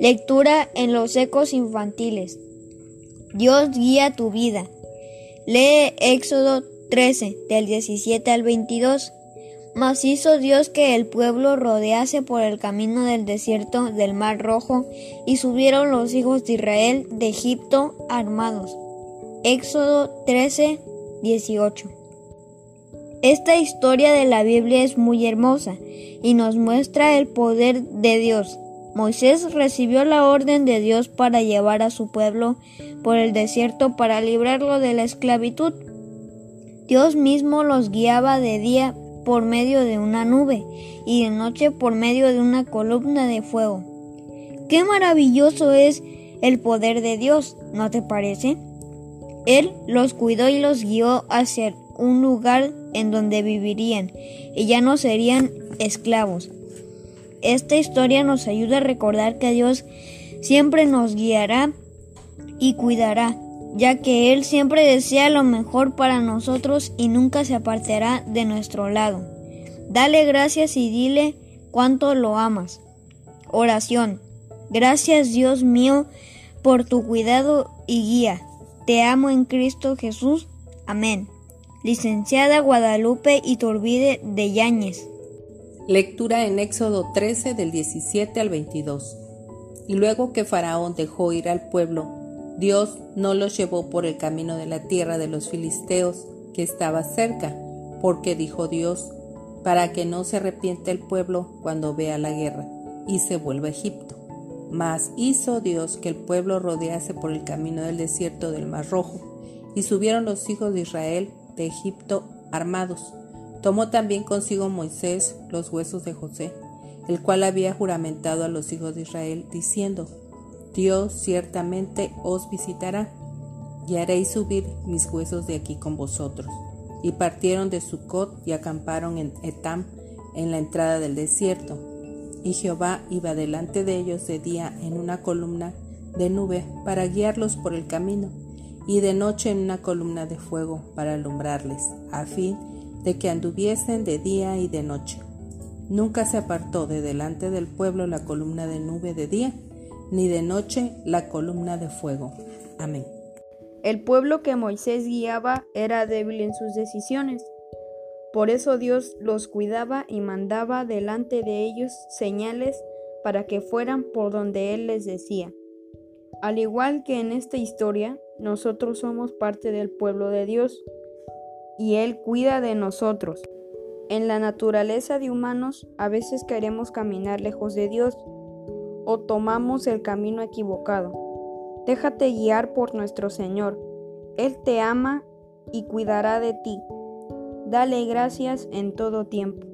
Lectura en los ecos infantiles. Dios guía tu vida. Lee Éxodo 13, del 17 al 22. Mas hizo Dios que el pueblo rodease por el camino del desierto del Mar Rojo, y subieron los hijos de Israel de Egipto armados. Éxodo 13, 18. Esta historia de la Biblia es muy hermosa y nos muestra el poder de Dios. Moisés recibió la orden de Dios para llevar a su pueblo por el desierto para librarlo de la esclavitud. Dios mismo los guiaba de día por medio de una nube y de noche por medio de una columna de fuego. ¡Qué maravilloso es el poder de Dios! ¿No te parece? Él los cuidó y los guió hacia un lugar en donde vivirían y ya no serían esclavos. Esta historia nos ayuda a recordar que Dios siempre nos guiará y cuidará, ya que Él siempre desea lo mejor para nosotros y nunca se apartará de nuestro lado. Dale gracias y dile cuánto lo amas. Oración. Gracias, Dios mío, por tu cuidado y guía. Te amo en Cristo Jesús. Amén. Licenciada Guadalupe Iturbide de Yáñez. Lectura en Éxodo 13 del 17 al 22. Y luego que Faraón dejó ir al pueblo, Dios no los llevó por el camino de la tierra de los filisteos que estaba cerca, porque dijo Dios, para que no se arrepienta el pueblo cuando vea la guerra y se vuelva a Egipto. Mas hizo Dios que el pueblo rodease por el camino del desierto del Mar Rojo, y subieron los hijos de Israel de Egipto armados. Tomó también consigo Moisés los huesos de José, el cual había juramentado a los hijos de Israel, diciendo, Dios ciertamente os visitará, y haréis subir mis huesos de aquí con vosotros. Y partieron de Sucot y acamparon en Etam, en la entrada del desierto. Y Jehová iba delante de ellos de día en una columna de nube para guiarlos por el camino, y de noche en una columna de fuego para alumbrarles, a fin de que anduviesen de día y de noche. Nunca se apartó de delante del pueblo la columna de nube de día, ni de noche la columna de fuego. Amén. El pueblo que Moisés guiaba era débil en sus decisiones. Por eso Dios los cuidaba y mandaba delante de ellos señales para que fueran por donde Él les decía. Al igual que en esta historia, nosotros somos parte del pueblo de Dios y Él cuida de nosotros. En la naturaleza de humanos, a veces queremos caminar lejos de Dios o tomamos el camino equivocado. Déjate guiar por nuestro Señor. Él te ama y cuidará de ti. Dale gracias en todo tiempo.